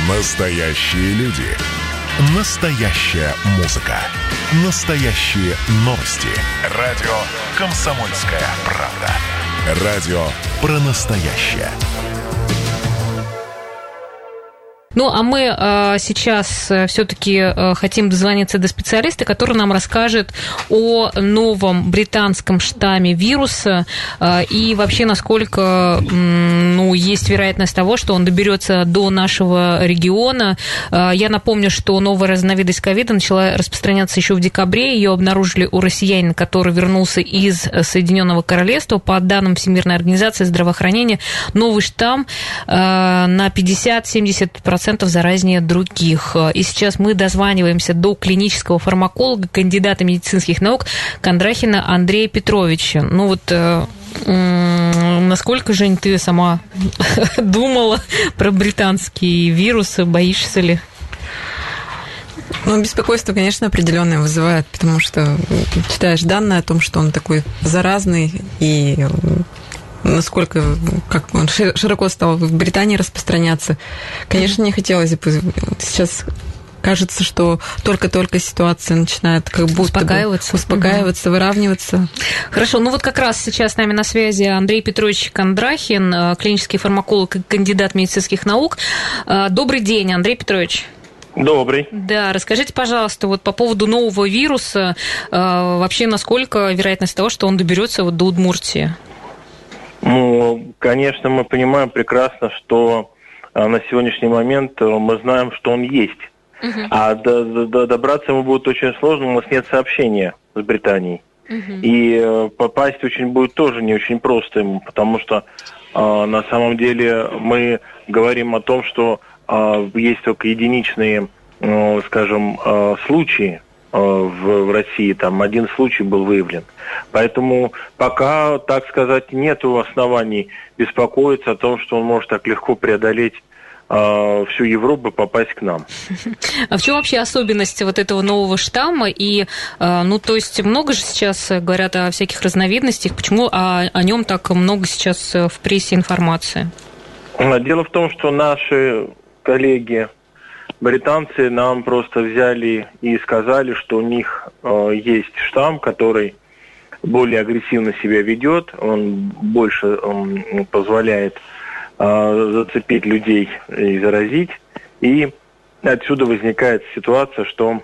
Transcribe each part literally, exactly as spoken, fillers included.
Настоящие люди. Настоящая музыка. Настоящие новости. Радио «Комсомольская правда». Радио про настоящее. Ну, а мы э, сейчас э, все-таки э, хотим дозвониться до специалиста, который нам расскажет о новом британском штамме вируса э, и вообще насколько э, ну, есть вероятность того, что он доберется до нашего региона. Э, я напомню, что новая разновидность ковида начала распространяться еще в декабре. Ее обнаружили у россиянина, который вернулся из Соединенного Королевства. По данным Всемирной организации здравоохранения, новый штамм э, на пятьдесят-семьдесят процентов заразнее других. И сейчас мы дозваниваемся до клинического фармаколога, кандидата медицинских наук Кондрахина Андрея Петровича. Ну вот, э, э, насколько, Жень, ты сама думала про британские вирусы, боишься ли? Ну, беспокойство, конечно, определенное вызывает, потому что читаешь данные о том, что он такой заразный и насколько, как он широко стал в Британии распространяться. Конечно, не хотелось бы. Сейчас кажется, что только-только ситуация начинает как будто успокаиваться, бы успокаиваться, угу. выравниваться. Хорошо, ну вот как раз сейчас с нами на связи Андрей Петрович Кондрахин, клинический фармаколог и кандидат медицинских наук. Добрый день, Андрей Петрович. Добрый. Да, расскажите, пожалуйста, вот по поводу нового вируса, вообще насколько вероятность того, что он доберется вот до Удмуртии? Ну, конечно, мы понимаем прекрасно, что а, на сегодняшний момент мы знаем, что он есть. Uh-huh. А до, до, добраться ему будет очень сложно, у нас нет сообщения с Британией. Uh-huh. И э, попасть очень будет тоже не очень просто ему, потому что э, на самом деле мы говорим о том, что э, есть только единичные, э, скажем, э, случаи э, в, в России, там один случай был выявлен. Поэтому пока, так сказать, нет оснований беспокоиться о том, что он может так легко преодолеть э, всю Европу и попасть к нам. А в чем вообще особенность вот этого нового штамма? И, э, ну, то есть много же сейчас говорят о всяких разновидностях. Почему о, о нем так много сейчас в прессе информации? Дело в том, что наши коллеги британцы нам просто взяли и сказали, что у них э, есть штамм, который более агрессивно себя ведет, он больше он позволяет э, зацепить людей и заразить. И отсюда возникает ситуация, что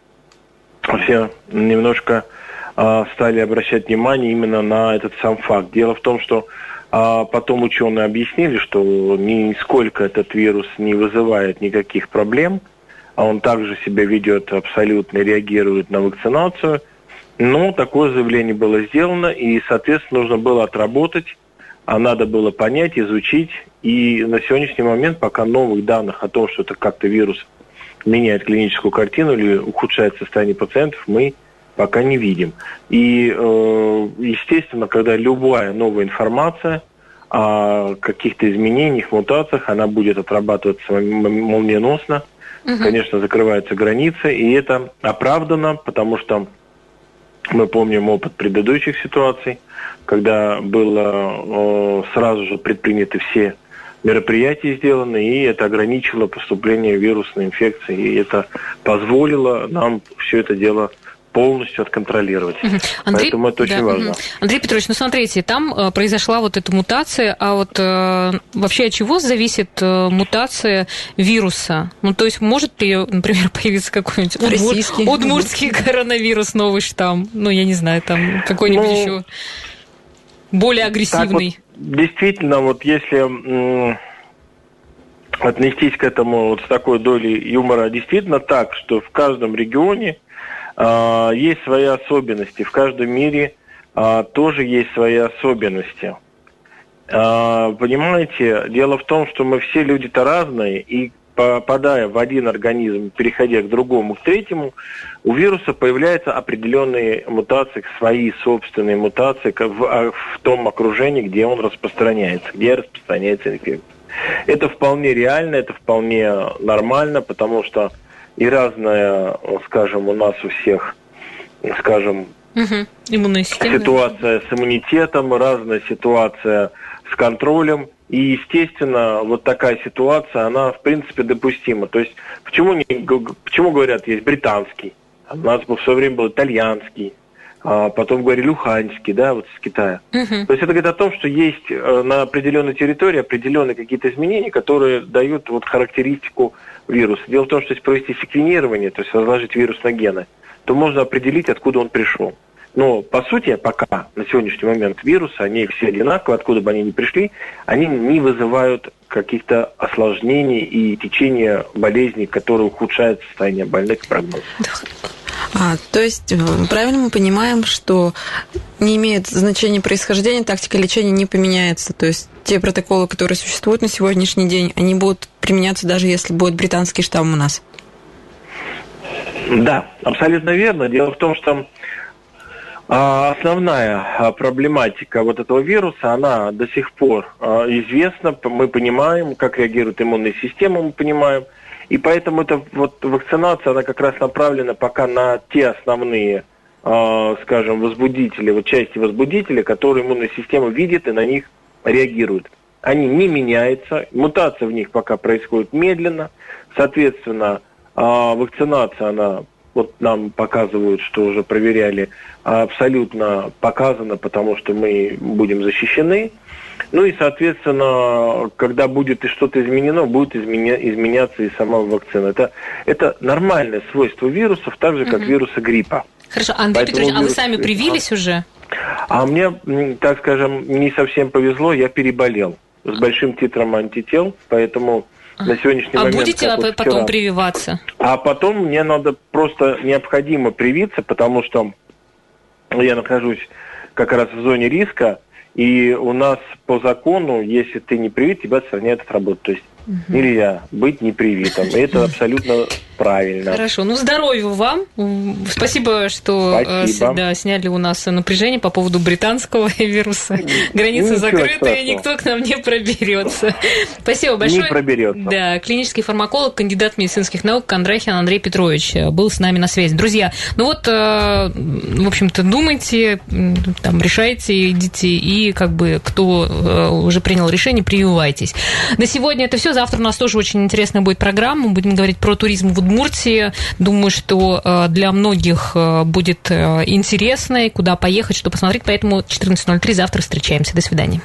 все немножко э, стали обращать внимание именно на этот сам факт. Дело в том, что э, потом ученые объяснили, что нисколько этот вирус не вызывает никаких проблем, а он также себя ведет абсолютно, реагирует на вакцинацию. Но такое заявление было сделано, и, соответственно, нужно было отработать, а надо было понять, изучить. И на сегодняшний момент пока новых данных о том, что это как-то вирус меняет клиническую картину или ухудшает состояние пациентов, мы пока не видим. И, естественно, когда любая новая информация о каких-то изменениях, мутациях, она будет отрабатываться молниеносно. Угу. Конечно, закрываются границы, и это оправдано, потому что мы помним опыт предыдущих ситуаций, когда было э, сразу же предприняты все мероприятия сделаны, и это ограничило поступление вирусной инфекции, и это позволило нам все это дело полностью отконтролировать. Угу. Андрей, Поэтому это очень да, важно. Угу. Андрей Петрович, ну смотрите, там э, произошла вот эта мутация, а вот э, вообще от чего зависит э, мутация вируса? Ну, то есть может ли, например, появиться какой-нибудь удмур... удмуртский коронавирус, новый штамм? Ну, я не знаю, там какой-нибудь ну, еще более агрессивный. Вот, действительно, вот если м- отнестись к этому вот с такой долей юмора, действительно так, что в каждом регионе Uh, есть свои особенности. В каждом мире uh, тоже есть свои особенности. Uh, понимаете, дело в том, что мы все люди-то разные, и попадая в один организм, переходя к другому, к третьему, у вируса появляются определенные мутации, свои собственные мутации в, в том окружении, где он распространяется, где распространяется инфекция. Это вполне реально, это вполне нормально, потому что и разная, скажем, у нас у всех, скажем, угу. Иммунная система. Ситуация с иммунитетом, разная ситуация с контролем И, естественно, вот такая ситуация, она, в принципе, допустима. То есть, почему, не, почему говорят, есть британский, у нас в свое время был итальянский, а потом говорили уханьский, да, вот из Китая. Uh-huh. То есть, это говорит о том, что есть на определенной территории определенные какие-то изменения, которые дают вот характеристику вируса. Дело в том, что если провести секвенирование, то есть разложить вирус на гены, то можно определить, откуда он пришел. Но, по сути, пока на сегодняшний момент вирусы, они все одинаковые, откуда бы они ни пришли, они не вызывают каких-то осложнений и течения болезней, которые ухудшают состояние больных и прогноз. А, то есть, правильно мы понимаем, что не имеет значения происхождения, тактика лечения не поменяется. То есть, те протоколы, которые существуют на сегодняшний день, они будут применяться даже если будет британский штамм у нас? Да, абсолютно верно. Дело в том, что основная проблематика вот этого вируса, она до сих пор известна, мы понимаем, как реагирует иммунная система, мы понимаем, и поэтому эта вот вакцинация, она как раз направлена пока на те основные, скажем, возбудители, вот части возбудителей, которые иммунная система видит и на них реагирует. Они не меняются, мутация в них пока происходит медленно, соответственно, вакцинация, она... Вот нам показывают, что уже проверяли, абсолютно показано, потому что мы будем защищены. Ну и, соответственно, когда будет и что-то изменено, будет изменя- изменяться и сама вакцина. Это, это нормальное свойство вирусов, так же, как угу. вируса гриппа. Хорошо, Андрей Поэтому Петрович, вирус... а вы сами привились а. уже? А мне, так скажем, не совсем повезло, я переболел с большим титром антител, поэтому... На сегодняшний а момент, будете вот потом вчера. прививаться? А потом мне надо просто необходимо привиться, потому что я нахожусь как раз в зоне риска, и у нас по закону, если ты не привит, тебя отстраняют от работы. То есть угу. нельзя быть непривитым. И это абсолютно правильно. Хорошо. Ну, здоровья вам. Спасибо, что Спасибо. Да, сняли у нас напряжение по поводу британского вируса. Границы закрыты, и никто к нам не проберется. Спасибо большое. Не проберется. Да, клинический фармаколог, кандидат медицинских наук Кондрахин Андрей Петрович был с нами на связи. Друзья, ну вот, в общем-то, думайте, там, решайте, идите, и как бы кто уже принял решение, прививайтесь. На сегодня это все. Завтра у нас тоже очень интересная будет программа. Мы будем говорить про туризм в Удмуртии. Думаю, что для многих будет интересно, и куда поехать, что посмотреть. Поэтому четырнадцать ноль три завтра встречаемся. До свидания.